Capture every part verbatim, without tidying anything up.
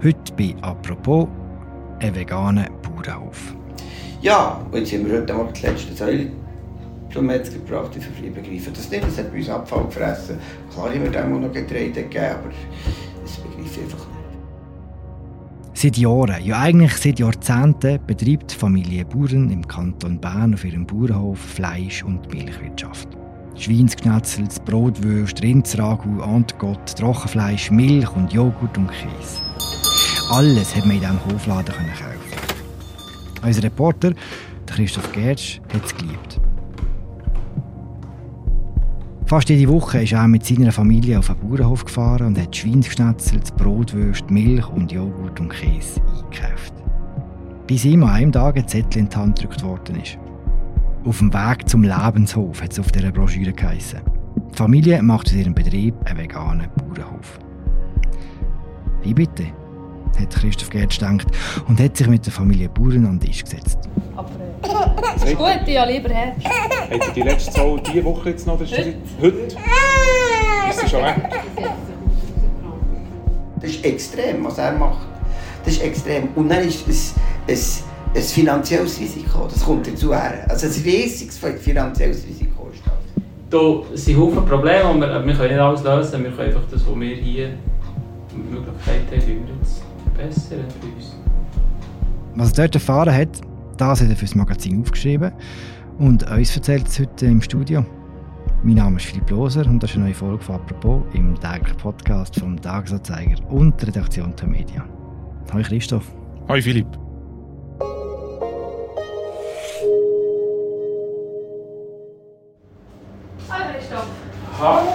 Heute bei «Apropos», ein veganer Bauernhof. Ja, und jetzt haben wir heute Morgen die letzte Säule zum Metzger gebracht, die für begreifen das nicht. Das hat bei uns Abfall gefressen. Klar haben wir dem noch Getreide gegeben, aber das begreife ich einfach nicht. Seit Jahren, ja eigentlich seit Jahrzehnten, betreibt die Familie Bauern im Kanton Bern auf ihrem Bauernhof Fleisch- und Milchwirtschaft. Schweinsschnetzel, Brotwürste, Rindsragout, Entgott, Trockenfleisch, Milch und Joghurt und Käse. Alles hat man in diesem Hofladen kaufen. Unser Reporter, Christoph Gertsch, hat es geliebt. Fast jede Woche ist er mit seiner Familie auf einen Bauernhof gefahren und hat Schweinsschnetzel, Brotwürste, Milch und Joghurt und Käse eingekauft. Bis ihm an einem Tag ein Zettel in die Hand gedrückt worden ist. «Auf dem Weg zum Lebenshof» hat es auf dieser Broschüre geheissen. Die Familie macht aus ihrem Betrieb einen veganen Bauernhof. Wie bitte? Hat Christoph Gertsch gedacht und hat sich mit der Familie Bauern an den Tisch gesetzt. Aber äh, das ist gut, ja lieber Herbst. Habt ihr die letzte Zahl diese Woche jetzt noch? Das ist Heute. Heute? Ist sie schon weg? Das ist extrem, was er macht. Das ist extrem. Und dann ist es ein, ein finanzielles Risiko. Das kommt dazu her. Also ein riesiges finanzielles Risiko ist das. Da sind viele Probleme, und wir, wir können nicht alles lösen. Wir können einfach das, was wir hier die Möglichkeit haben, jetzt verbessern für uns. Was er dort erfahren hat, das hat er für das Magazin aufgeschrieben und uns erzählt es heute im Studio. Mein Name ist Philipp Loser und das ist eine neue Folge von «Apropos» im täglichen Podcast vom «Tagesanzeiger» und der Redaktion der Media. Hallo Christoph. Hallo Philipp. Hallo Christoph. Hallo.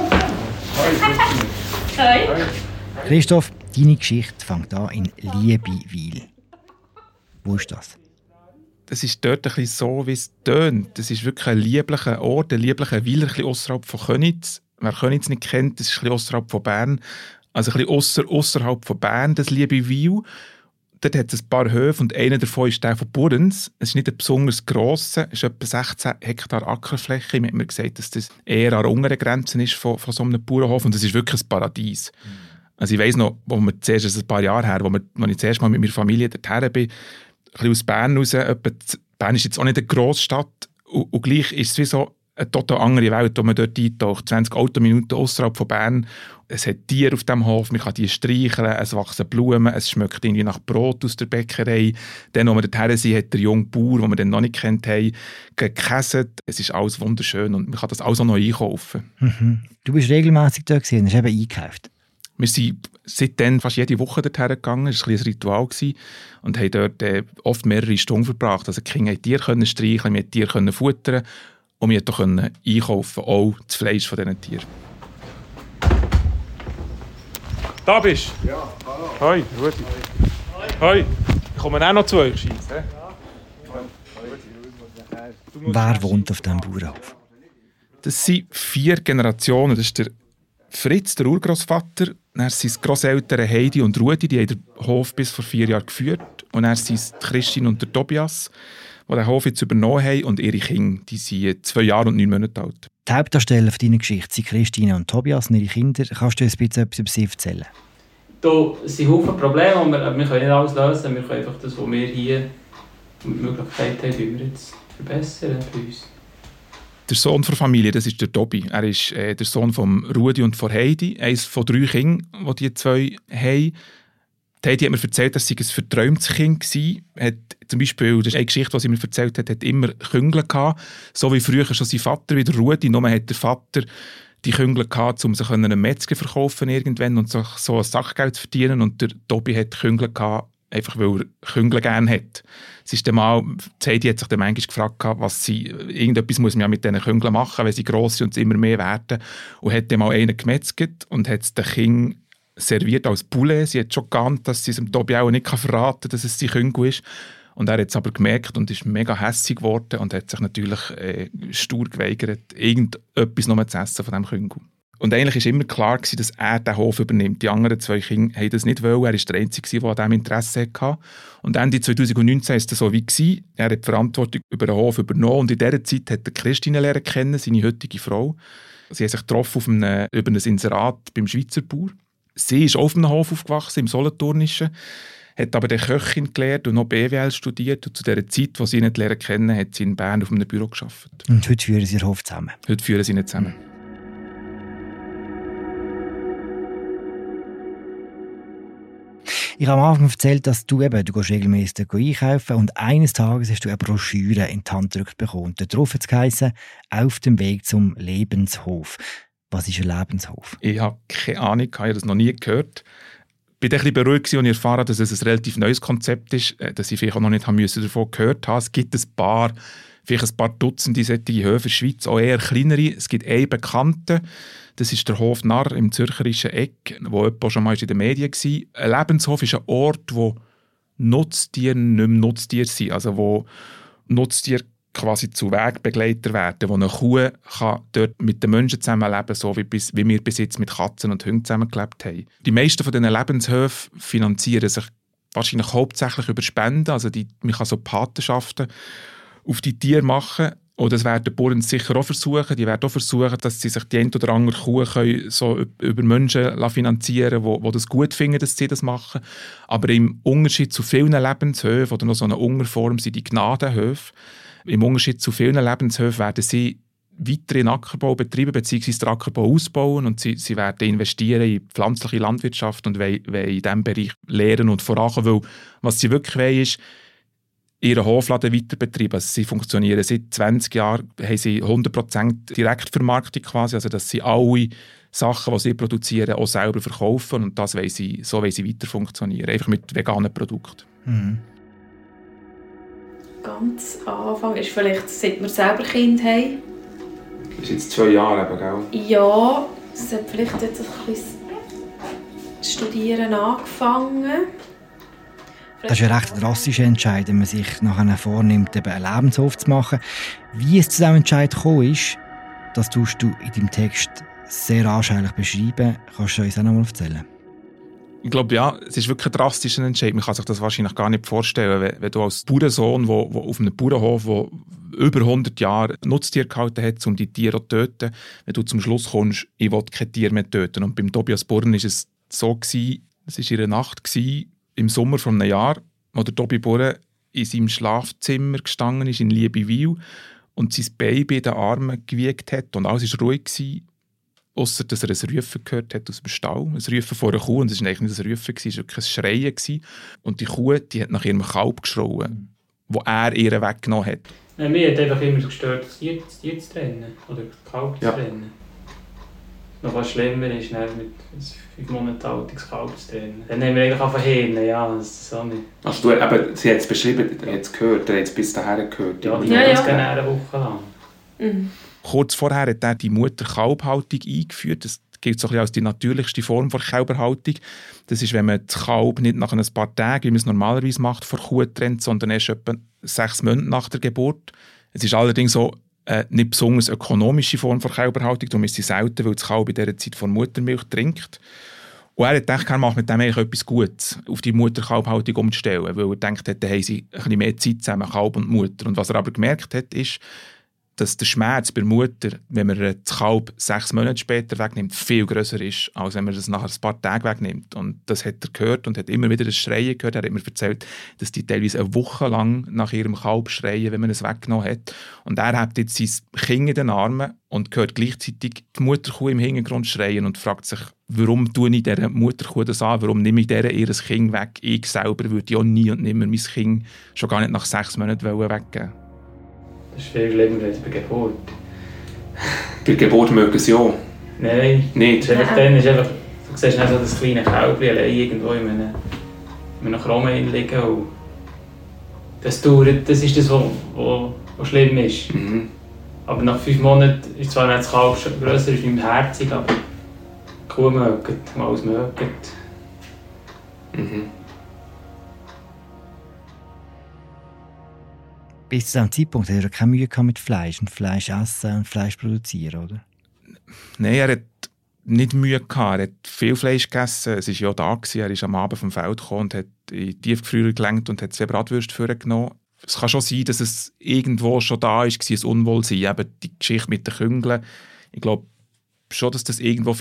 Hallo. Hi. Christoph, deine Geschichte fängt an in Liebewil. Wo ist das? Das ist dort ein bisschen so, wie es tönt. Das ist wirklich ein lieblicher Ort, ein lieblicher Weiler, ein bisschen ausserhalb von Köniz. Wer Köniz nicht kennt, das ist ein bisschen ausserhalb von Bern. Also ein bisschen ausser, ausserhalb von Bern, das Liebewil. Dort hat es ein paar Höfe und einer davon ist der von Burens. Es ist nicht ein besonders grosser, es ist etwa sechzehn Hektar Ackerfläche. Ich habe mir gesagt, dass das eher an der unteren Grenze ist von, von so einem Bauernhof und es ist wirklich ein Paradies. Mhm. Also ich weiss noch, wo wir zuerst, also ein paar Jahre her, wo, wir, wo ich zuerst mal mit meiner Familie dorthin bin, ein bisschen aus Bern raus, etwa, Bern ist jetzt auch nicht eine Grossstadt und, und gleich ist es wie so eine total andere Welt, wo man dort eintaucht. zwanzig Autominuten außerhalb von Bern. Es hat Tiere auf dem Hof, man kann die streicheln, es wachsen Blumen, es schmeckt irgendwie nach Brot aus der Bäckerei. Dann, wo wir dorthin sind, hat der junge Bauer, den wir dann noch nicht kennt haben, gekäset. Es ist alles wunderschön und man kann das alles auch noch einkaufen. Mhm. Du bist regelmässig dort gewesen, hast eben eingekauft. Wir sind seitdem fast jede Woche dorthin gegangen, das war ein Ritual gewesen, und haben dort äh, oft mehrere Stunden verbracht. Also die Kinder konnten Tiere streicheln, wir konnten Tiere futtern und wir konnten einkaufen, auch das Fleisch von diesen Tieren. Da bist du? Ja, hallo. Hoi, Rudi. Hoi. Ich komme auch noch zu euch, scheint's, hä? Wer wohnt auf diesem Bauernhof? Das sind vier Generationen. Das ist der Fritz, der Urgroßvater, dann sind Grosseltern Heidi und Rudi, die haben den Hof bis vor vier Jahren geführt. Und dann sind es Christine und der Tobias, die den Hof jetzt übernommen haben. Und ihre Kinder, die sind zwei Jahre und neun Monate alt. Die Hauptdarsteller deiner Geschichte sind Christine und Tobias und ihre Kinder. Kannst du uns ein bisschen etwas über sie erzählen? Da sind viele Probleme, und wir, wir können nicht alles lösen. Wir können einfach das, was wir hier die Möglichkeit haben, wie wir jetzt verbessern für uns. Der Sohn der Familie, das ist der Tobi. Er ist äh, der Sohn von Rudi und von Heidi, eines von drei Kindern, die die zwei haben. Die Heidi hat mir erzählt, dass sie ein verträumtes Kind war. Hat zum Beispiel, das ist eine Geschichte, die sie mir erzählt hat, hat immer Küngel gehabt. So wie früher schon sein Vater, wie der Rudi. Nur hat der Vater die Küngel gehabt, um sich einen Metzger zu verkaufen irgendwann und sich so ein Sachgeld zu verdienen. Und der Tobi hat Küngel gehabt, einfach weil er Küngel gerne hat. Es ist dann mal, die Heidi hat sich dann manchmal gefragt, was sie, irgendetwas muss man ja mit diesen Küngeln machen, wenn sie gross sind und immer mehr werden. Und hat dann mal einen gemetzelt und hat es den Kindern serviert als Poulet. Sie hat schon geahnt, dass sie es dem Tobi auch nicht verraten kann, dass es sein Küngel ist. Und er hat es aber gemerkt und ist mega hässig geworden und hat sich natürlich äh, stur geweigert, irgendetwas noch zu essen von diesem Küngel. Und eigentlich war immer klar, dass er den Hof übernimmt. Die anderen zwei Kinder wollten das nicht wollen. Er war der Einzige, der an diesem Interesse hatte. Und Ende zwanzig neunzehn war es so wie. Er hat die Verantwortung über den Hof übernommen. Und in dieser Zeit hat er Christine lernen kennen, seine heutige Frau. Sie haben sich getroffen auf einem, über ein Inserat beim Schweizer Bauer. Sie ist auf einem Hof aufgewachsen, im Solothurnischen, hat aber der Köchin gelernt und noch B W L studiert. Und zu dieser Zeit, wo sie ihn nicht lernen kennen, hat sie in Bern auf einem Büro gearbeitet. Und heute führen sie den Hof zusammen? Heute führen sie nicht zusammen. Ich habe am Anfang erzählt, dass du eben, du gehst regelmäßig einkaufen und eines Tages hast du eine Broschüre in die Hand gedrückt bekommen. Darauf hat es geheißen, auf dem Weg zum Lebenshof. Was ist ein Lebenshof? Ich habe keine Ahnung, ich habe das noch nie gehört. Ich war ein bisschen beruhigt, als ich erfahren habe, dass es ein relativ neues Konzept ist, dass ich vielleicht auch noch nicht davon gehört habe. Es gibt ein paar, vielleicht ein paar Dutzende solche Höfe in der Schweiz, auch eher kleinere. Es gibt einen bekannten, das ist der Hof Narr im zürcherischen Eck, wo jemand schon mal in den Medien war. Ein Lebenshof ist ein Ort, wo Nutztiere nicht mehr Nutztiere sind, also wo Nutztiere quasi zu Wegbegleiter werden, wo eine Kuh kann dort mit den Menschen zusammenleben, so wie, bis, wie wir bis jetzt mit Katzen und Hunden zusammengelebt haben. Die meisten von diesen Lebenshöfen finanzieren sich wahrscheinlich hauptsächlich über Spenden, also die, man kann so Patenschaften auf die Tiere machen. Und das werden die Bauern sicher auch versuchen. Die werden auch versuchen, dass sie sich die ein oder andere Kuh können so über Menschen finanzieren können, die das gut finden, dass sie das machen. Aber im Unterschied zu vielen Lebenshöfen oder noch so eine Unterform sind die Gnadenhöfe. Im Unterschied zu vielen Lebenshöfen werden sie weiter in Ackerbau betreiben bzw. den Ackerbau ausbauen und sie, sie werden investieren in pflanzliche Landwirtschaft und wollen, wollen in diesem Bereich lernen und vorankommen. Weil was sie wirklich wollen, ist, ihren Hofladen weiter betreiben. Also sie funktionieren seit zwanzig Jahren, haben sie hundert Prozent Direktvermarktung quasi, also dass sie alle Sachen, die sie produzieren, auch selber verkaufen und das wollen sie, so wollen sie weiter funktionieren, einfach mit veganen Produkten. Mhm. Ganz am Anfang ist vielleicht, seit wir selber Kind haben. Das ist jetzt zwei Jahre eben, gell? Ja, es hat vielleicht jetzt ein bisschen das Studieren angefangen. Das ist ein recht drastischer Entscheid, wenn man sich nachher vornimmt, eben einen Lebenshof zu machen. Wie es zu diesem Entscheid gekommen ist, das tust du in deinem Text sehr anschaulich beschreiben. Kannst du uns auch noch mal erzählen? Ich glaube, ja, es ist wirklich ein drastischer Entscheid. Man kann sich das wahrscheinlich gar nicht vorstellen, wenn, wenn du als Bauernsohn, wo, wo auf einem Bauernhof, der über hundert Jahre Nutztiere gehalten hat, um die Tiere zu töten, wenn du zum Schluss kommst, ich will kein Tier mehr töten. Und beim Tobias Born war es so, gewesen, es war in einer Nacht, gewesen, im Sommer von einem Jahr, wo der Tobi Born in seinem Schlafzimmer gestanden ist, in Liebewil, und sein Baby in den Armen gewiegt hat. Und alles war ruhig gewesen, ausser dass er ein Rufen gehört hat aus dem Stall. Ein Rufen vor einer Kuh, und es war eigentlich nicht ein Rufen, es war wirklich ein Schreien gewesen. Und die Kuh, die hat nach ihrem Kalb geschrauen, wo er ihr weggenommen hat. Nein, mir hat einfach immer gestört, das Tier, das Tier zu trennen, oder das Kalb ja. zu trennen. Noch was schlimmer ist, mit einem fünf Monate alten Kalb zu trennen. Dann haben wir eigentlich angefangen hin, ja, das ist so nicht. Also du, eben, sie hat es beschrieben, er hat es gehört, er hat es bis dahin gehört. Ja, die ja, ja, ja. gerne eine Woche lang. Mhm. Kurz vorher hat er die Mutter-Kalb-Haltung eingeführt. Das gilt so ein bisschen als die natürlichste Form der Kälberhaltung. Das ist, wenn man das Kalb nicht nach ein paar Tagen, wie man es normalerweise macht, von der Kuh trennt, sondern erst etwa sechs Monate nach der Geburt. Es ist allerdings so eine nicht besonders ökonomische Form der Kälberhaltung. Darum ist sie selten, weil das Kalb in dieser Zeit von Muttermilch trinkt. Und er hat gedacht, er macht mit dem eigentlich etwas Gutes, auf die Mutter-Kalb-Haltung umzustellen, weil er gedacht hat, dann haben sie ein bisschen mehr Zeit zusammen, Kalb und Mutter. Und was er aber gemerkt hat, ist, dass der Schmerz bei der Mutter, wenn man das Kalb sechs Monate später wegnimmt, viel grösser ist, als wenn man es nach ein paar Tagen wegnimmt. Und das hat er gehört und hat immer wieder das Schreien gehört. Er hat mir erzählt, dass die teilweise eine Woche lang nach ihrem Kalb schreien, wenn man es weggenommen hat. Und er hat jetzt sein Kind in den Armen und hört gleichzeitig die Mutterkuh im Hintergrund schreien und fragt sich, warum tue ich dieser Mutterkuh das an? Warum nehme ich dieser ihr Kind weg? Ich selber würde ja nie und nimmer mein Kind schon gar nicht nach sechs Monaten weggeben. Das ist viel schlimmer als bei Geburt. Bei Geburt mögen sie ja. Nein, nicht. Ist einfach, dann ist einfach, du siehst nicht so das kleine Kälbchen allein irgendwo in einem, in einem Chrom liegen. Und das dauert, das ist das, was, was, was schlimm ist. Mhm. Aber nach fünf Monaten ist zwar nicht das Kalb grösser, ist nicht herzig, aber die Kuh mögt, alles mögt. Mhm. Bis zu diesem Zeitpunkt hat er keine Mühe gehabt mit Fleisch und Fleisch essen und Fleisch produzieren, oder? Nein, er hat nicht Mühe gehabt. Er hat viel Fleisch gegessen. Es war ja da gewesen. Er ist am Abend vom Feld gekommen und hat in die Tiefgefrierer gelenkt und hat zwei Bratwürste vorgenommen. Es kann schon sein, dass es irgendwo schon da war, ein Unwohlsein. Eben die Geschichte mit den Küngeln. Ich glaube schon, dass das irgendwo vielleicht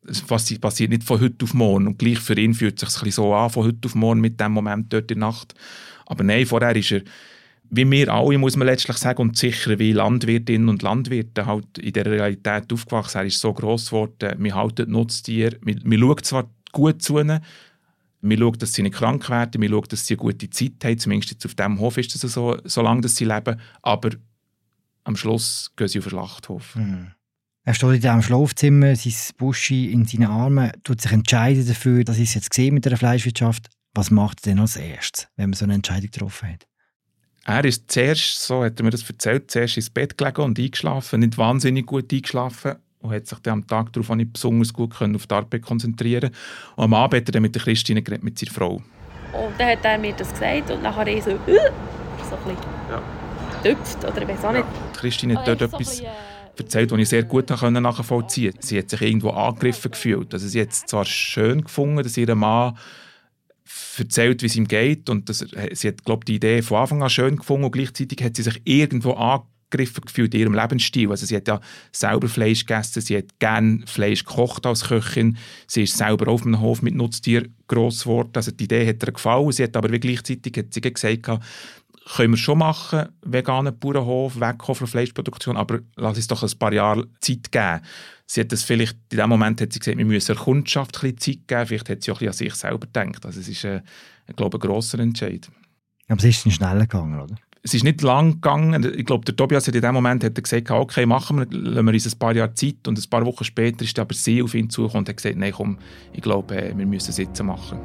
es passiert nicht von heute auf morgen. Und gleich für ihn fühlt es sich so an, von heute auf morgen mit dem Moment dort in der Nacht. Aber nein, vorher ist er, wie wir alle, muss man letztlich sagen, und sicher wie Landwirtinnen und Landwirte halt in der Realität aufgewachsen. Er ist so gross geworden, wir halten Nutztiere, wir, wir schauen zwar gut zu ihnen, wir schauen, dass sie nicht krank werden, wir schauen, dass sie eine gute Zeit haben, zumindest jetzt auf diesem Hof ist es so, solange dass sie leben, aber am Schluss gehen sie auf den Schlachthof. Mhm. Er steht in diesem Schlafzimmer, sein Buschi in seinen Armen, tut sich entscheiden dafür, dass ich es jetzt gesehen mit der Fleischwirtschaft. Was macht er denn als erstes, wenn man so eine Entscheidung getroffen hat? Er ist zuerst, so hat er mir das erzählt, zuerst ins Bett gelegen und eingeschlafen, nicht wahnsinnig gut eingeschlafen und hat sich dann am Tag darauf auch nicht besonders gut können auf die Arbeit konzentrieren. Und am Abend hat er dann mit der Christine geredet, mit seiner Frau. Und dann hat er mir das gesagt und dann habe ich so, uh, so ein bisschen ja. getüpft oder ich weiß auch nicht. Ja. Die Christine hat dort so etwas bisschen, äh, erzählt, das ich sehr gut nachvollziehen konnte. Sie hat sich irgendwo angegriffen gefühlt. Also sie hat es zwar schön gefunden, dass ihr Mann erzählt, wie es ihm geht. Und das, sie hat, glaube ich, die Idee von Anfang an schön gefunden und gleichzeitig hat sie sich irgendwo angegriffen gefühlt in ihrem Lebensstil. Also sie hat ja selber Fleisch gegessen, sie hat gerne Fleisch gekocht als Köchin, sie ist selber auf einem Hof mit Nutztieren gross geworden. Also die Idee hat ihr gefallen. Sie hat aber wie gleichzeitig hat sie gesagt, können wir schon machen, veganen Bauernhof, wegkommen von Fleischproduktion, aber lass uns doch ein paar Jahre Zeit geben. Sie hat das vielleicht, in dem Moment hat sie gesagt, wir müssen der Kundschaft ein bisschen Zeit geben, vielleicht hat sie auch ein bisschen an sich selber gedacht. Also es ist, äh, ich glaube, ein grosser Entscheid. Aber es ist nicht schneller gegangen, oder? Es ist nicht lang gegangen. Ich glaube, der Tobias hat in dem Moment hat er gesagt, okay, machen wir, lassen wir uns ein paar Jahre Zeit. Und ein paar Wochen später ist aber sie auf ihn zugekommen und hat gesagt, nein, komm, ich glaube, äh, wir müssen es jetzt machen.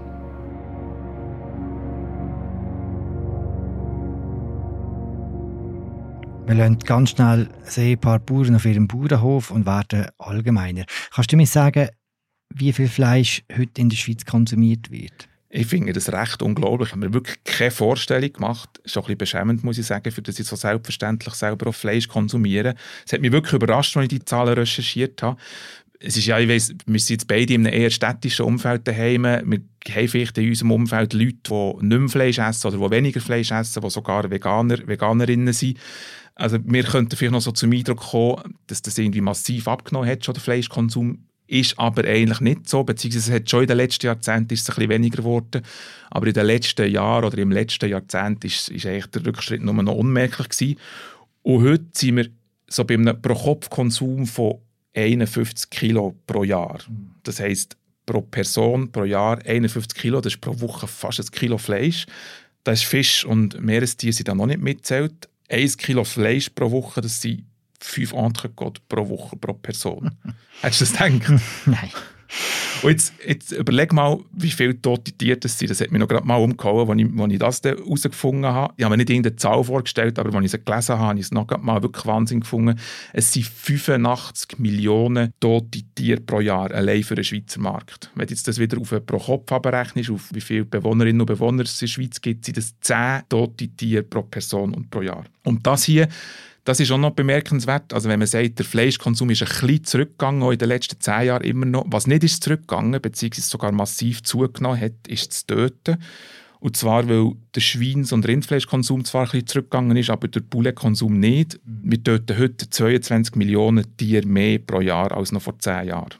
Wir lassen ganz schnell ein Ehepaar Bauern auf ihrem Bauernhof und werden allgemeiner. Kannst du mir sagen, wie viel Fleisch heute in der Schweiz konsumiert wird? Ich finde das recht unglaublich. Ich habe mir wirklich keine Vorstellung gemacht. Das ist auch ein bisschen beschämend, muss ich sagen, für das ich so selbstverständlich selber auch Fleisch konsumiere. Es hat mich wirklich überrascht, als ich die Zahlen recherchiert habe. Es ist ja, ich weiss, wir sind jetzt beide in einem eher städtischen Umfeld daheim. Wir haben vielleicht in unserem Umfeld Leute, die nicht mehr Fleisch essen oder die weniger Fleisch essen, die sogar Veganer, Veganerinnen sind. Also wir könnten vielleicht noch so zum Eindruck kommen, dass das irgendwie massiv abgenommen hat, schon der Fleischkonsum. Ist aber eigentlich nicht so, beziehungsweise es hat schon in den letzten Jahrzehnten ist es ein bisschen weniger geworden. Aber in den letzten Jahren oder im letzten Jahrzehnt ist, ist eigentlich der Rückschritt nur noch unmerklich gewesen. Und heute sind wir so bei einem Pro-Kopf-Konsum von einundfünfzig Kilo pro Jahr. Das heisst, pro Person pro Jahr einundfünfzig Kilo, das ist pro Woche fast ein Kilo Fleisch. Das ist Fisch und Meerestiere sind da noch nicht mitzählt. ein Kilo Fleisch pro Woche, das sind fünf Entrecôtes pro Woche, pro Person. Hättest du das gedacht? Nein. Und jetzt, jetzt überleg mal, wie viele tote Tiere das sind. Das hat mich noch gerade mal umgehauen, als ich, als ich das herausgefunden habe. Ich habe mir nicht irgendeine Zahl vorgestellt, aber als ich sie gelesen habe, habe ich es noch mal wirklich Wahnsinn gefunden. Es sind fünfundachtzig Millionen tote Tiere pro Jahr, allein für den Schweizer Markt. Wenn du jetzt das wieder auf pro Kopf abrechnest, auf wie viele Bewohnerinnen und Bewohner es in der Schweiz gibt, sind das zehn tote Tiere pro Person und pro Jahr. Und das hier, das ist auch noch bemerkenswert. Also wenn man sagt, der Fleischkonsum ist ein bisschen zurückgegangen, auch in den letzten zehn Jahren immer noch. Was nicht ist zurückgegangen, beziehungsweise sogar massiv zugenommen hat, ist das Töten. Und zwar, weil der Schweins- und Rindfleischkonsum zwar ein bisschen zurückgegangen ist, aber der Pouletkonsum nicht. Wir töten heute zweiundzwanzig Millionen Tiere mehr pro Jahr als noch vor zehn Jahren.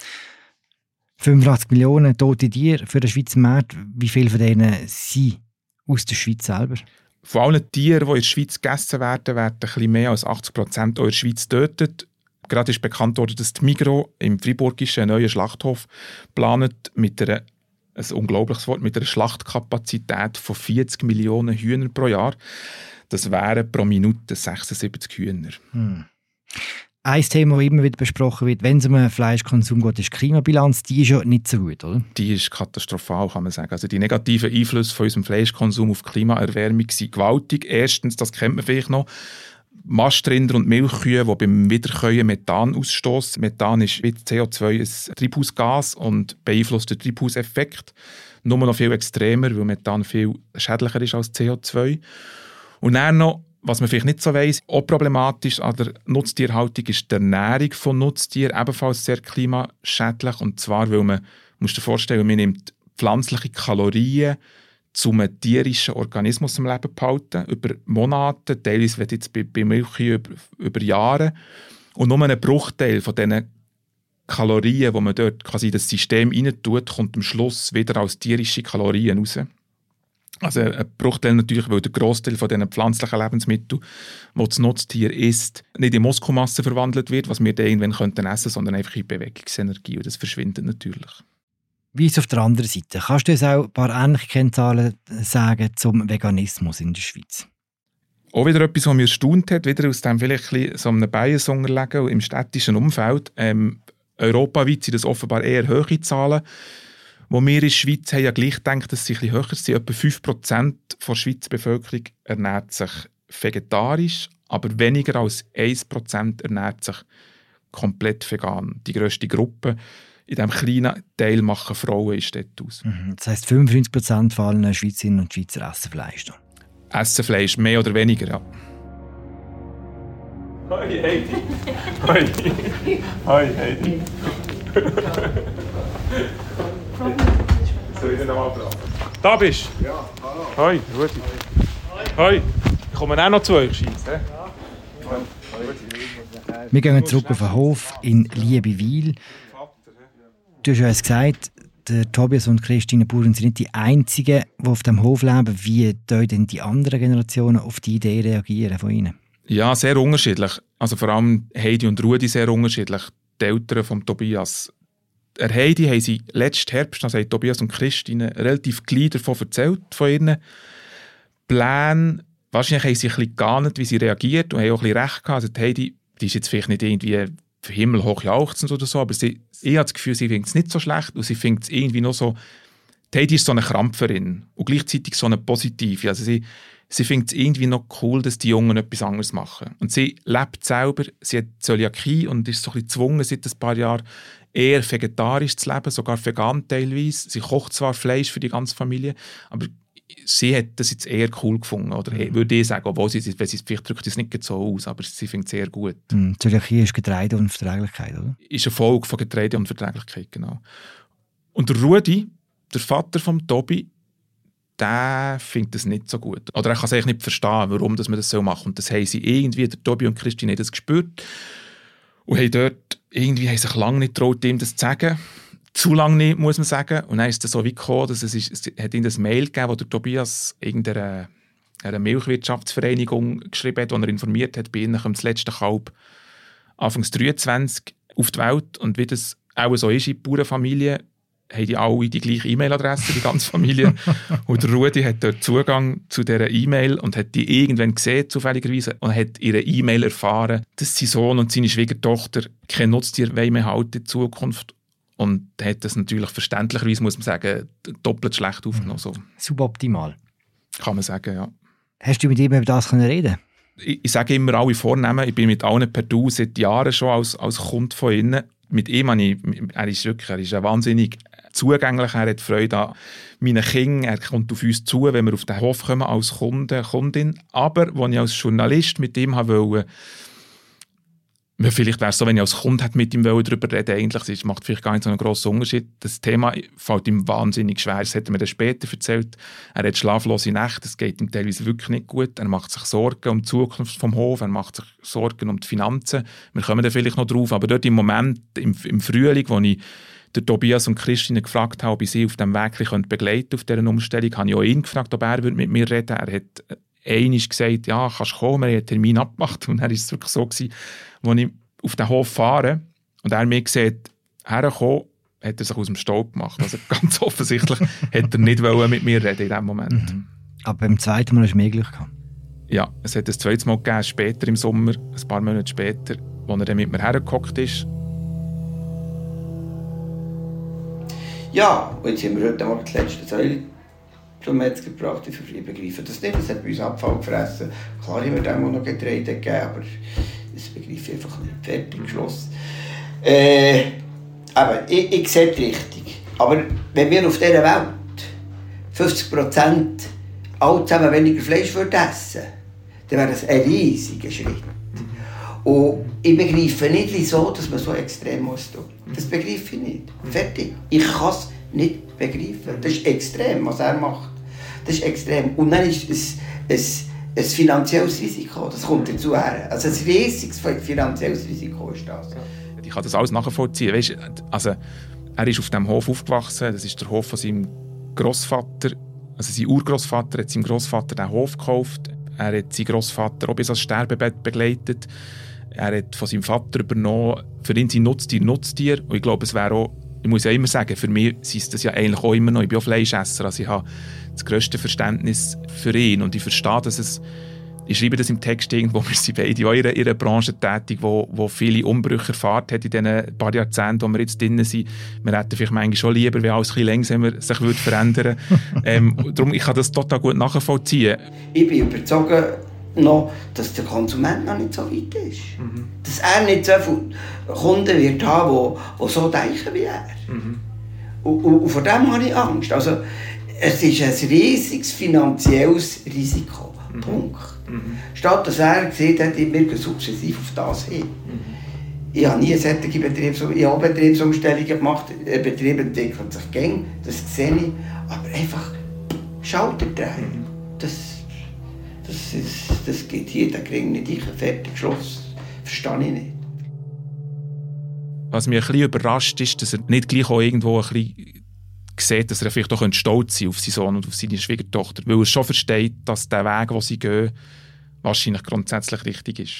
fünfundachtzig Millionen tote Tiere für den Schweizer Markt. Wie viele von denen sind aus der Schweiz selber? Von allen Tieren, die in der Schweiz gegessen werden, werden ein bisschen mehr als achtzig Prozent in der Schweiz getötet. Gerade ist bekannt worden, dass die Migros im Friburgischen einen neuen Schlachthof plant mit einer, ein unglaubliches Wort, mit einer Schlachtkapazität von vierzig Millionen Hühner pro Jahr. Das wären pro Minute sechsundsiebzig Hühner. Hm. Ein Thema, das immer wieder besprochen wird, wenn es um einen Fleischkonsum geht, ist die Klimabilanz. Die ist ja nicht so gut, oder? Die ist katastrophal, kann man sagen. Also die negativen Einflüsse von unserem Fleischkonsum auf die Klimaerwärmung sind gewaltig. Erstens, das kennt man vielleicht noch, Mastrinder und Milchkühe, die beim Wiederkäuen Methan ausstoßen. Methan ist wie C O zwei ein Treibhausgas und beeinflusst den Treibhauseffekt. Nur noch viel extremer, weil Methan viel schädlicher ist als C O zwei. Und dann noch, was man vielleicht nicht so weiss, auch problematisch an der Nutztierhaltung ist die Ernährung von Nutztieren ebenfalls sehr klimaschädlich. Und zwar, weil man, musst dir vorstellen, man nimmt pflanzliche Kalorien, um einen tierischen Organismus am Leben zu halten, über Monate, teilweise wird jetzt bei, bei Milchkühen über, über Jahre. Und nur ein Bruchteil von diesen Kalorien, die man dort quasi in das System reintut, kommt am Schluss wieder als tierische Kalorien raus. Also ein Bruchteil natürlich, weil der Grossteil von diesen pflanzlichen Lebensmitteln, die das Nutztier isst, nicht in Muskelmasse verwandelt wird, was wir dann irgendwann könnten essen, sondern einfach in Bewegungsenergie. Und das verschwindet natürlich. Wie ist es auf der anderen Seite? Kannst du uns auch ein paar ähnliche Kennzahlen sagen zum Veganismus in der Schweiz? Auch wieder etwas, was mich erstaunt hat, wieder aus dem vielleicht so einem Bias unterlegen im städtischen Umfeld. Ähm, europaweit sind das offenbar eher hohe Zahlen. Wo wir in der Schweiz haben ja gleich gedacht, dass sie ein bisschen höher sind. Etwa fünf Prozent der Schweizer Bevölkerung ernährt sich vegetarisch, aber weniger als ein Prozent ernährt sich komplett vegan. Die grösste Gruppe in diesem kleinen Teil machen Frauen ist dort aus. Das heisst, fünfundneunzig Prozent von allen Schweizerinnen und Schweizer essen Fleisch. Essen Fleisch, mehr oder weniger, ja. Hoi Heidi. Hoi. Hoi Heidi. Soll ich den nochmal fragen? Da bist du? Ja, hallo. Hoi, Rudi. Hoi. Ich komme auch noch zu euch, scheint's, ja? Wir gehen zurück auf den Hof in Liebewil. Du hast uns gesagt, der Tobias und Christine Bauern sind nicht die Einzigen, die auf dem Hof leben. Wie denn die anderen Generationen auf die Idee reagieren von ihnen? Ja, sehr unterschiedlich. Also vor allem Heidi und Rudi sehr unterschiedlich. Die Eltern von Tobias. Der Heidi haben sie letzten Herbst, also haben Tobias und Christine, relativ gleich davon erzählt, von ihren Plänen. Wahrscheinlich haben sie ein bisschen geahnt, wie sie reagiert und haben auch ein bisschen recht gehabt. Also die Heidi, die ist jetzt vielleicht nicht irgendwie himmelhoch jauchzend oder so, aber sie, ich habe das Gefühl, sie findet es nicht so schlecht und sie findet es irgendwie noch so... Die Heidi ist so eine Krampferin und gleichzeitig so eine positive. Also sie, sie findet es irgendwie noch cool, dass die Jungen etwas anderes machen. Und sie lebt selber, sie hat Zöliakie und ist so ein bisschen gezwungen, seit ein paar Jahren eher vegetarisch zu leben, sogar vegan teilweise. Sie kocht zwar Fleisch für die ganze Familie, aber sie hat das jetzt eher cool gefunden, oder mhm. würde ich sagen, obwohl sie, weil sie vielleicht drückt es nicht so aus, aber sie findet es sehr gut. Mhm. Zöliakie ist Getreideunverträglichkeit, oder? Ist eine Folge von Getreideunverträglichkeit, genau. Und der Rudi, der Vater von Tobi, der findet das nicht so gut. Oder er kann es eigentlich nicht verstehen, warum dass man das so macht. Und das haben sie irgendwie, der Tobi und Christine, das gespürt. Und haben dort irgendwie haben sich lange nicht getraut, ihm das zu sagen. Zu lange nicht, muss man sagen. Und dann ist es so wie gekommen, dass es, ist, es hat ihm das Mail gegeben, wo der Tobias irgendeiner eine Milchwirtschaftsvereinigung geschrieben hat, wo er informiert hat, bei ihnen kommt das letzte Kalb Anfangs dreiundzwanzig auf die Welt. Und wie das auch so ist in der Bauernfamilie, haben die alle die gleiche E-Mail-Adresse, die ganze Familie. Und der Rudi hat dort Zugang zu dieser E-Mail und hat die irgendwann gesehen, zufälligerweise, und hat ihre E-Mail erfahren, dass sein Sohn und seine Schwiegertochter kein Nutztier mehr halten in Zukunft. Und hat das natürlich verständlicherweise, muss man sagen, doppelt schlecht aufgenommen. So. Suboptimal. Kann man sagen, ja. Hast du mit ihm über das reden? Ich, ich sage immer alle Vornamen. Ich bin mit allen per Du seit Jahren schon als, als Kunde von ihnen. Mit ihm habe ich, er ist wirklich, er ist ein wahnsinnig zugänglich, er hat Freude an meinen Kindern, er kommt auf uns zu, wenn wir auf den Hof kommen als Kunde, Kundin. Aber als ich als Journalist mit ihm wollte, vielleicht wäre es so, wenn ich als Kunde mit ihm darüber reden eigentlich, das macht vielleicht gar nicht so einen grossen Unterschied. Das Thema fällt ihm wahnsinnig schwer. Das hat er mir dann später erzählt. Er hat schlaflose Nächte, es geht ihm teilweise wirklich nicht gut. Er macht sich Sorgen um die Zukunft vom Hof, er macht sich Sorgen um die Finanzen. Wir kommen da vielleicht noch drauf, aber dort im Moment, im, im Frühling, wo ich der Tobias und Christine gefragt habe, ob ich sie auf dem Weg begleiten auf dieser Umstellung, habe ich auch ihn gefragt, ob er mit mir reden würde. Er hat einmal gesagt, ja, kannst du kommen, wir haben einen Termin abgemacht. Und dann war es wirklich so, gewesen, als ich auf den Hof fahre und er mir sieht, herkommen, hat er sich aus dem Staub gemacht. Also ganz offensichtlich hat er nicht mit mir reden in diesem Moment. Mhm. Aber beim zweiten Mal hast du mehr Glück gehabt? Ja, es hat ein zweites Mal gegeben, später im Sommer, ein paar Monate später, als er dann mit mir hergehockt ist. Ja, und jetzt haben wir heute Morgen die letzte Säule zum Metzger gebracht. Ich begreife das nicht, das hat bei uns Abfall gefressen. Klar haben wir dem auch noch Getreide gegeben, aber das begreife ich einfach nicht. Fertig, geschlossen. Äh, aber ich, ich sehe es richtig. Aber wenn wir auf dieser Welt fünfzig Prozent alle zusammen weniger Fleisch würden essen, dann wäre das ein riesiger Schritt. Und ich begreife nicht, wieso dass man so extrem muss tun. Das begreife ich nicht. Fertig. Ich kann es nicht begreifen. Das ist extrem, was er macht. Das ist extrem. Und dann ist es ein, ein finanzielles Risiko. Das kommt dazu her. Also ein riesiges finanzielles Risiko ist das. ich kann das alles nachvollziehen. Weißt, also, er ist auf diesem Hof aufgewachsen, das ist der Hof von seinem Grossvater. Also sein Urgroßvater hat seinem Grossvater den Hof gekauft. Er hat seinen Grossvater auch bis ans Sterbebett begleitet. Er hat von seinem Vater übernommen, für ihn sein Nutztier Nutztier. Und ich glaube, es wäre auch, ich muss ja immer sagen, für mich ist das ja eigentlich auch immer noch, ich bin auch Fleischesser, also ich habe das grösste Verständnis für ihn und ich verstehe, dass es, ich schreibe das im Text irgendwo, wir sind beide auch in einer, in einer Branche tätig, wo, wo viele Umbrüche erfahren hat in diesen paar Jahrzehnten, wo wir jetzt drin sind. Wir hätten vielleicht manchmal schon lieber, wenn alles ein bisschen langsamer sich würde verändern würde. ähm, darum, ich kann das total gut nachvollziehen. Ich bin überzeugt, noch, dass der Konsument noch nicht so weit ist. Mhm. Dass er nicht so viele Kunden wird haben, die, die so denken wie er. Mhm. Und, und, und vor dem habe ich Angst. Also, es ist ein riesiges finanzielles Risiko. Mhm. Punkt. Mhm. Statt dass er gesehen hat, wir gehen sukzessiv auf das hin. Mhm. Ich habe nie solche Betriebs- ich habe Betriebsumstellungen gemacht. Ein Betrieb entwickelt sich gern, das sehe ich. Aber einfach Schalter drehen. Mhm. Das, Das, ist, das geht hier, da kriegen nicht ich ein fertiges Schloss. Verstehe ich nicht. Was mich ein bisschen überrascht ist, dass er nicht gleich auch irgendwo ein bisschen sieht, dass er vielleicht auch stolz sein auf seinen Sohn und auf seine Schwiegertochter, weil er schon versteht, dass der Weg, den sie gehen, wahrscheinlich grundsätzlich richtig ist.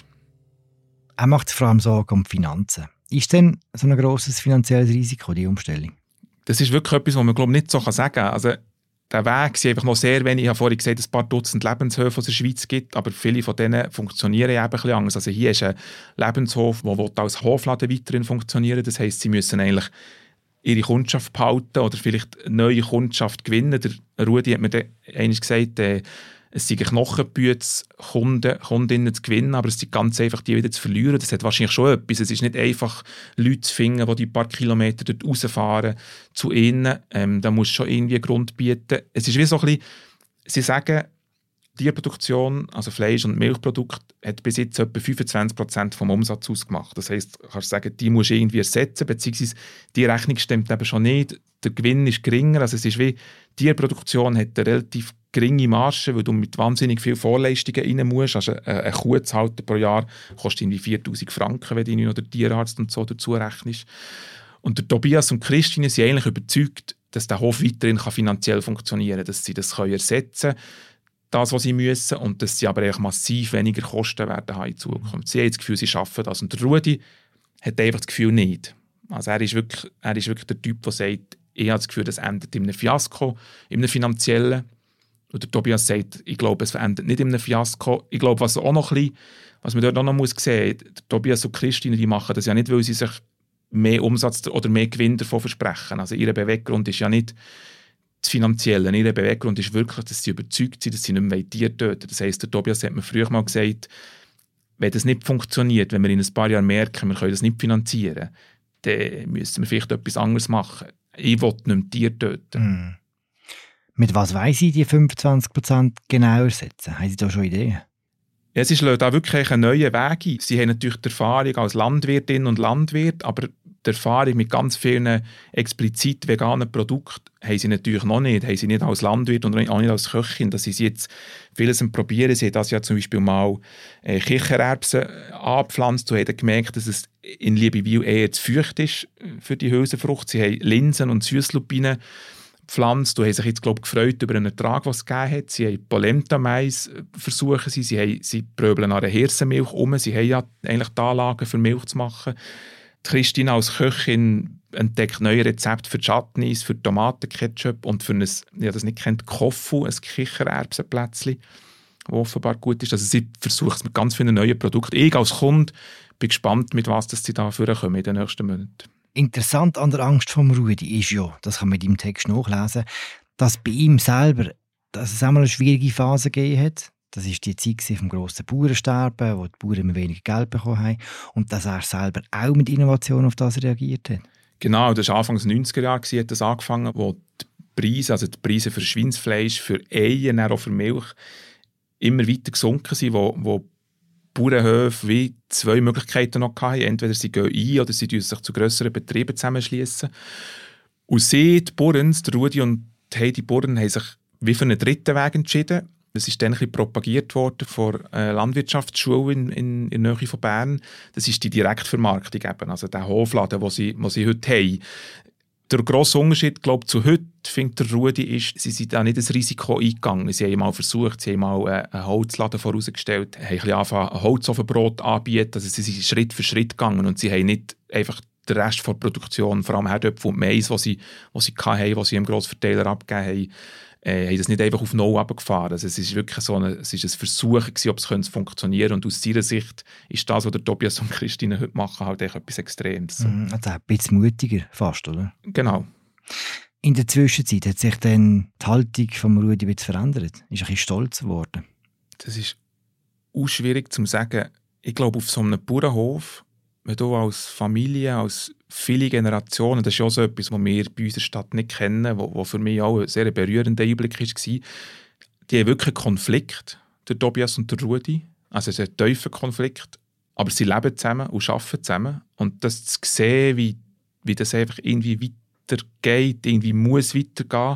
Er macht sich vor allem Sorgen um die Finanzen. Ist denn so ein grosses finanzielles Risiko, die Umstellung? Das ist wirklich etwas, was man glaube ich, nicht so sagen kann. Also, der Weg sind einfach noch sehr wenig. Ich habe vorhin gesagt, ein paar Dutzend Lebenshöfe, die es in der Schweiz gibt, aber viele von denen funktionieren eben ein bisschen anders. Also hier ist ein Lebenshof, der als Hofladen weiterhin funktionieren. Das heisst, sie müssen eigentlich ihre Kundschaft behalten oder vielleicht eine neue Kundschaft gewinnen. Der Rudi hat mir dann einmal gesagt, äh, es sind Knochenbüte, Kunden, Kundinnen zu gewinnen, aber es sind ganz einfach, die wieder zu verlieren. Das hat wahrscheinlich schon etwas. Es ist nicht einfach, Leute zu finden, die die paar Kilometer dort rausfahren zu ihnen. Ähm, da muss schon irgendwie einen Grund bieten. Es ist wie so ein bisschen, sie sagen, Tierproduktion, also Fleisch- und Milchprodukte, hat bis jetzt etwa fünfundzwanzig Prozent vom Umsatz ausgemacht. Das heisst, du kannst sagen, die musst du irgendwie ersetzen, beziehungsweise die Rechnung stimmt eben schon nicht. Der Gewinn ist geringer, also es ist wie, Tierproduktion hat eine relativ geringe Marge, weil du mit wahnsinnig vielen Vorleistungen rein musst. Also eine Kuh zu halten pro Jahr kostet irgendwie viertausend Franken, wenn du noch den Tierarzt und so dazu rechnest. Und der Tobias und Christine sind eigentlich überzeugt, dass der Hof weiterhin finanziell funktionieren kann, dass sie das ersetzen können, das, was sie müssen, und dass sie aber eigentlich massiv weniger Kosten werden haben in Zukunft. Sie haben das Gefühl, sie schaffen das. Und der Rudi hat einfach das Gefühl nicht. Also er ist wirklich, er ist wirklich der Typ, der sagt, ich habe das Gefühl, das endet in einem Fiasko, in einem finanziellen. Und der Tobias sagt, ich glaube, es endet nicht in einem Fiasko. Ich glaube, was auch noch ein bisschen, was man dort auch noch muss sehen, der Tobias und Christine, die machen das ja nicht, weil sie sich mehr Umsatz oder mehr Gewinn davon versprechen. Also ihr Beweggrund ist ja nicht das Finanzielle. Ihr Beweggrund ist wirklich, dass sie überzeugt sind, dass sie nicht mehr Tiere töten. Das heisst, der Tobias hat mir früher mal gesagt, wenn das nicht funktioniert, wenn wir in ein paar Jahren merken, wir können das nicht finanzieren, dann müssen wir vielleicht etwas anderes machen. Ich will nicht mehr Tiere töten. Mm. Mit was wollen Sie die fünfundzwanzig Prozent genau ersetzen? Haben Sie da schon Ideen? Ja, sie schlagen da wirklich einen neuen Weg ein. Sie haben natürlich die Erfahrung als Landwirtin und Landwirt, aber die Erfahrung mit ganz vielen explizit veganen Produkten haben sie natürlich noch nicht. Haben sie nicht als Landwirt und auch nicht als Köchin. Das ist jetzt vieles am Probieren. Sie haben das ja zum Beispiel mal äh, Kichererbsen angepflanzt und haben gemerkt, dass es in Liebewil eher zu feucht ist für die Hülsenfrucht. Sie haben Linsen und Süsslupinen gepflanzt. Du hast sich jetzt, glaube ich, gefreut über einen Ertrag, den es gegeben hat. Sie haben Polenta-Mais versuchen sie. Sie, haben, sie pröbeln an der Hirsenmilch um. Sie haben ja eigentlich die Anlagen für Milch zu machen. Die Christine als Köchin entdeckt neue Rezepte für Chutneys, für Tomatenketchup und für ein, ja, das nicht kennt, Kofu, ein Kichererbsenplätzchen, das offenbar gut ist. Also sie versucht es mit ganz vielen neuen Produkten. Ich als Kunde bin gespannt, mit was sie da vorkommen in den nächsten Monaten. Interessant an der Angst vom Rudi ist ja, das kann man in deinem Text nachlesen, dass bei ihm selber, dass es einmal eine schwierige Phase gegeben hat. Das war die Zeit vom grossen Bauernsterben, wo die Bauern immer weniger Geld bekommen haben. Und dass er selber auch mit Innovation auf das reagiert hat. Genau, das war Anfang der neunziger Jahre, hat das angefangen, wo die Preise, also die Preise für Schweinsfleisch, für Eier, auch für Milch, immer weiter gesunken sind, wo, wo Bauernhöfe wie zwei Möglichkeiten noch hatten. Entweder sie gehen ein oder sie sich zu grösseren Betrieben zusammenschließen. Und sie, die Bauern, die Rudi und die Heidi Bauern, haben sich wie für einen dritten Weg entschieden. Das ist dann ein bisschen propagiert worden von einer Landwirtschaftsschule in, in, in der Nähe von Bern. Das ist die Direktvermarktung eben, also der Hofladen, den sie, den sie heute haben. Der grosse Unterschied, glaube ich, zu heute, findet der Rudi, ist, sie sind da nicht das Risiko eingegangen. Sie haben mal versucht, sie haben mal einen Holzladen vorausgestellt, haben ein angefangen, ein Holzofenbrot anbieten. Also sie sind Schritt für Schritt gegangen und sie haben nicht einfach den Rest der Produktion, vor allem Herdöpfel und Mais, die sie, die sie hatten, die sie im Grossverteiler abgegeben haben, äh, haben das nicht einfach auf Null runtergefahren. Also es ist wirklich so eine, es ist ein Versuch gewesen, ob es funktionieren könnte. Und aus ihrer Sicht ist das, was der Tobias und Christine heute machen, halt etwas Extremes. Mhm, also ein bisschen mutiger fast, oder? Genau. In der Zwischenzeit hat sich dann die Haltung von Rudi ein bisschen verändert. Ist ein bisschen stolz geworden. Das ist auch schwierig zu sagen. Ich glaube, auf so einem Bauernhof, wenn du als Familie, als viele Generationen, das ist ja so etwas, was wir bei unserer Stadt nicht kennen, wo, wo für mich auch ein sehr berührender Einblick war, die haben wirklich einen Konflikt, der Tobias und der Rudi. Also es ist ein tiefer Konflikt, aber sie leben zusammen und arbeiten zusammen. Und das zu sehen, wie, wie das einfach irgendwie weitergeht, irgendwie muss weitergehen.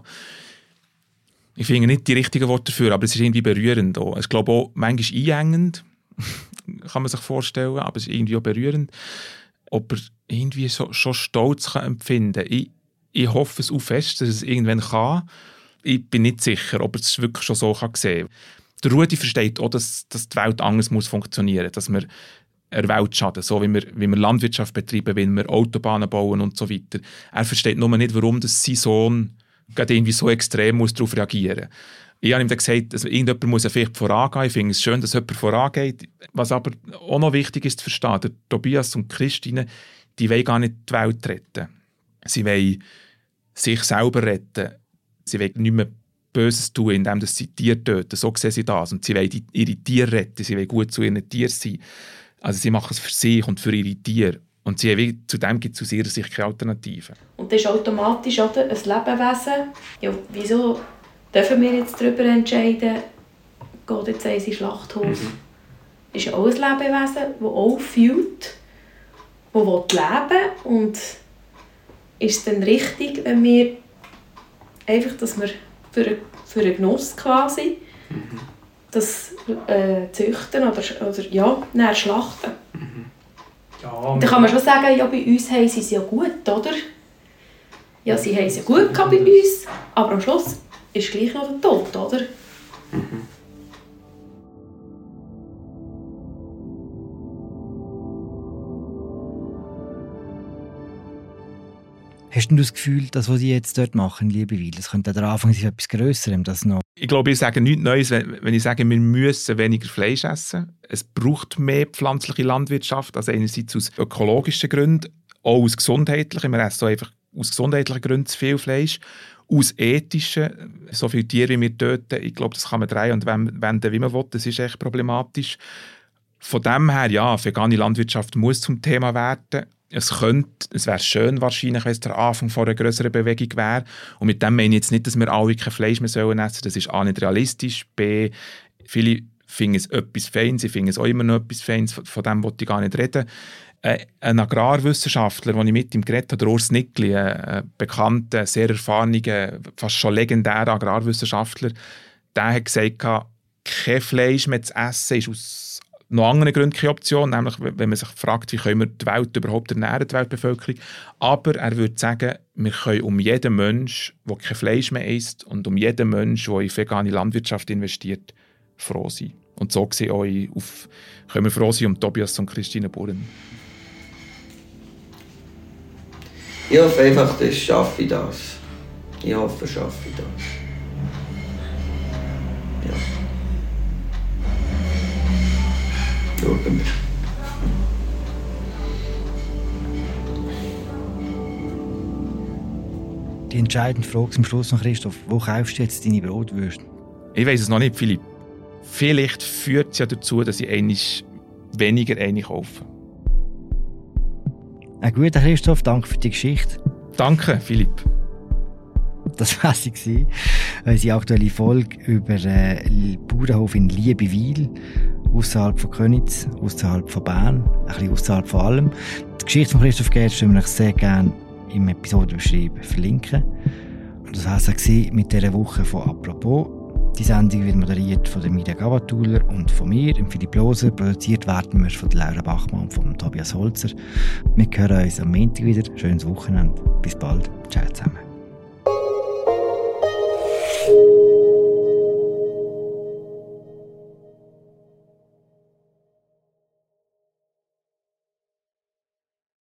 Ich finde nicht die richtigen Worte dafür, aber es ist irgendwie berührend. Auch. Ich glaube auch manchmal einengend, kann man sich vorstellen, aber es ist irgendwie auch berührend, ob er irgendwie so, schon Stolz kann empfinden kann. Ich, ich hoffe es auch fest, dass es irgendwann kann. Ich bin nicht sicher, ob er es wirklich schon so kann sehen kann. Der Rudi versteht auch, dass, dass die Welt anders muss funktionieren muss, dass wir der Welt schaden, so wie wir, wie wir Landwirtschaft betreiben, wie wir Autobahnen bauen und so weiter. Er versteht nur nicht, warum das sein Sohn gerade irgendwie so extrem muss darauf reagieren muss. Ich habe ihm dann gesagt, dass irgendjemand muss vielleicht vorangehen. Ich finde es schön, dass jemand vorangeht. Was aber auch noch wichtig ist zu verstehen, der Tobias und Christine, die wollen gar nicht die Welt retten. Sie wollen sich selber retten. Sie wollen nicht mehr Böses tun, indem sie Tiere töten. So sehen sie das. Und sie wollen die, ihre Tiere retten. Sie wollen gut zu ihren Tieren sein. Also sie machen es für sich und für ihre Tiere. Und sie haben, zu dem gibt es aus ihrer Sicht keine Alternative. Und das ist automatisch oder, ein Lebewesen. Ja, wieso dürfen wir jetzt darüber entscheiden, geht jetzt eins in den Schlachthof? Mhm. Ist ja auch ein Lebewesen, das auch fühlt, das leben will. Und ist es dann richtig, wenn wir einfach, dass wir für einen, für einen Genuss quasi mhm. das äh, züchten oder, oder ja, dann schlachten? Mhm. Ja, dann kann man schon sagen, ja, bei uns haben sie es ja gut, oder? Ja, sie haben es ja gut gehabt bei uns, aber am Schluss ist gleich noch der Tod, oder? Mhm. Hast du das Gefühl, dass was die jetzt dort machen, Liebewil, das könnte der Anfang sein, etwas Grösserem, das noch? Ich glaube, ich sage nichts Neues, wenn ich sage, wir müssen weniger Fleisch essen. Es braucht mehr pflanzliche Landwirtschaft, also einerseits aus ökologischen Gründen, auch aus gesundheitlichen. Wir essen einfach aus gesundheitlichen Gründen zu viel Fleisch. Aus ethischen, so viele Tiere, wie wir töten, ich glaube, das kann man drehen und wenden, wie man will. Das ist echt problematisch. Von dem her, ja, vegane Landwirtschaft muss zum Thema werden. Es könnte, es wäre schön wahrscheinlich, wenn es der Anfang von einer grösseren Bewegung wäre. Und mit dem meine ich jetzt nicht, dass wir alle kein Fleisch mehr essen sollen. Das ist A, nicht realistisch. B, viele finden es etwas Feines. Sie finden es auch immer noch etwas Feines. Von dem wollte ich gar nicht reden. Äh, ein Agrarwissenschaftler, den ich mit ihm geredet habe, der Urs Nickli, ein bekannter, sehr erfahrener, fast schon legendärer Agrarwissenschaftler, der hat gesagt, kein Fleisch mehr zu essen ist aus noch anderen Gründen keine Option, nämlich wenn man sich fragt, wie können wir die Welt überhaupt ernähren, die Weltbevölkerung. Aber er würde sagen, wir können um jeden Menschen, der kein Fleisch mehr isst und um jeden Menschen, der in vegane Landwirtschaft investiert, froh sein. Und so gesehen auch auf, können wir froh sein um Tobias und Christine Burren. Ich hoffe einfach, dass ich schaffe das. Ich hoffe, ich schaffe das. Ja. Schauen wir. Die entscheidende Frage zum Schluss noch, Christoph, wo kaufst du jetzt deine Brotwürste? Ich weiss es noch nicht, Philipp. Vielleicht führt es ja dazu, dass ich einmal weniger eine kaufe. Ein guter Christoph, danke für die Geschichte. Danke, Philipp. Das war sie, unsere aktuelle Folge über äh, den Bauernhof in Liebewil, außerhalb von Köniz, außerhalb von Bern, ein bisschen außerhalb von allem. Die Geschichte von Christoph Gertz können wir euch sehr gerne im Episodenbeschreibung verlinken. Und das war es mit dieser Woche von «Apropos». Die Sendung wird moderiert von der Mirja Gabatuller und von mir, Philipp Loser. Produziert werden wir von Laura Bachmann und von Tobias Holzer. Wir hören uns am Montag wieder. Schönes Wochenende. Bis bald. Ciao zusammen.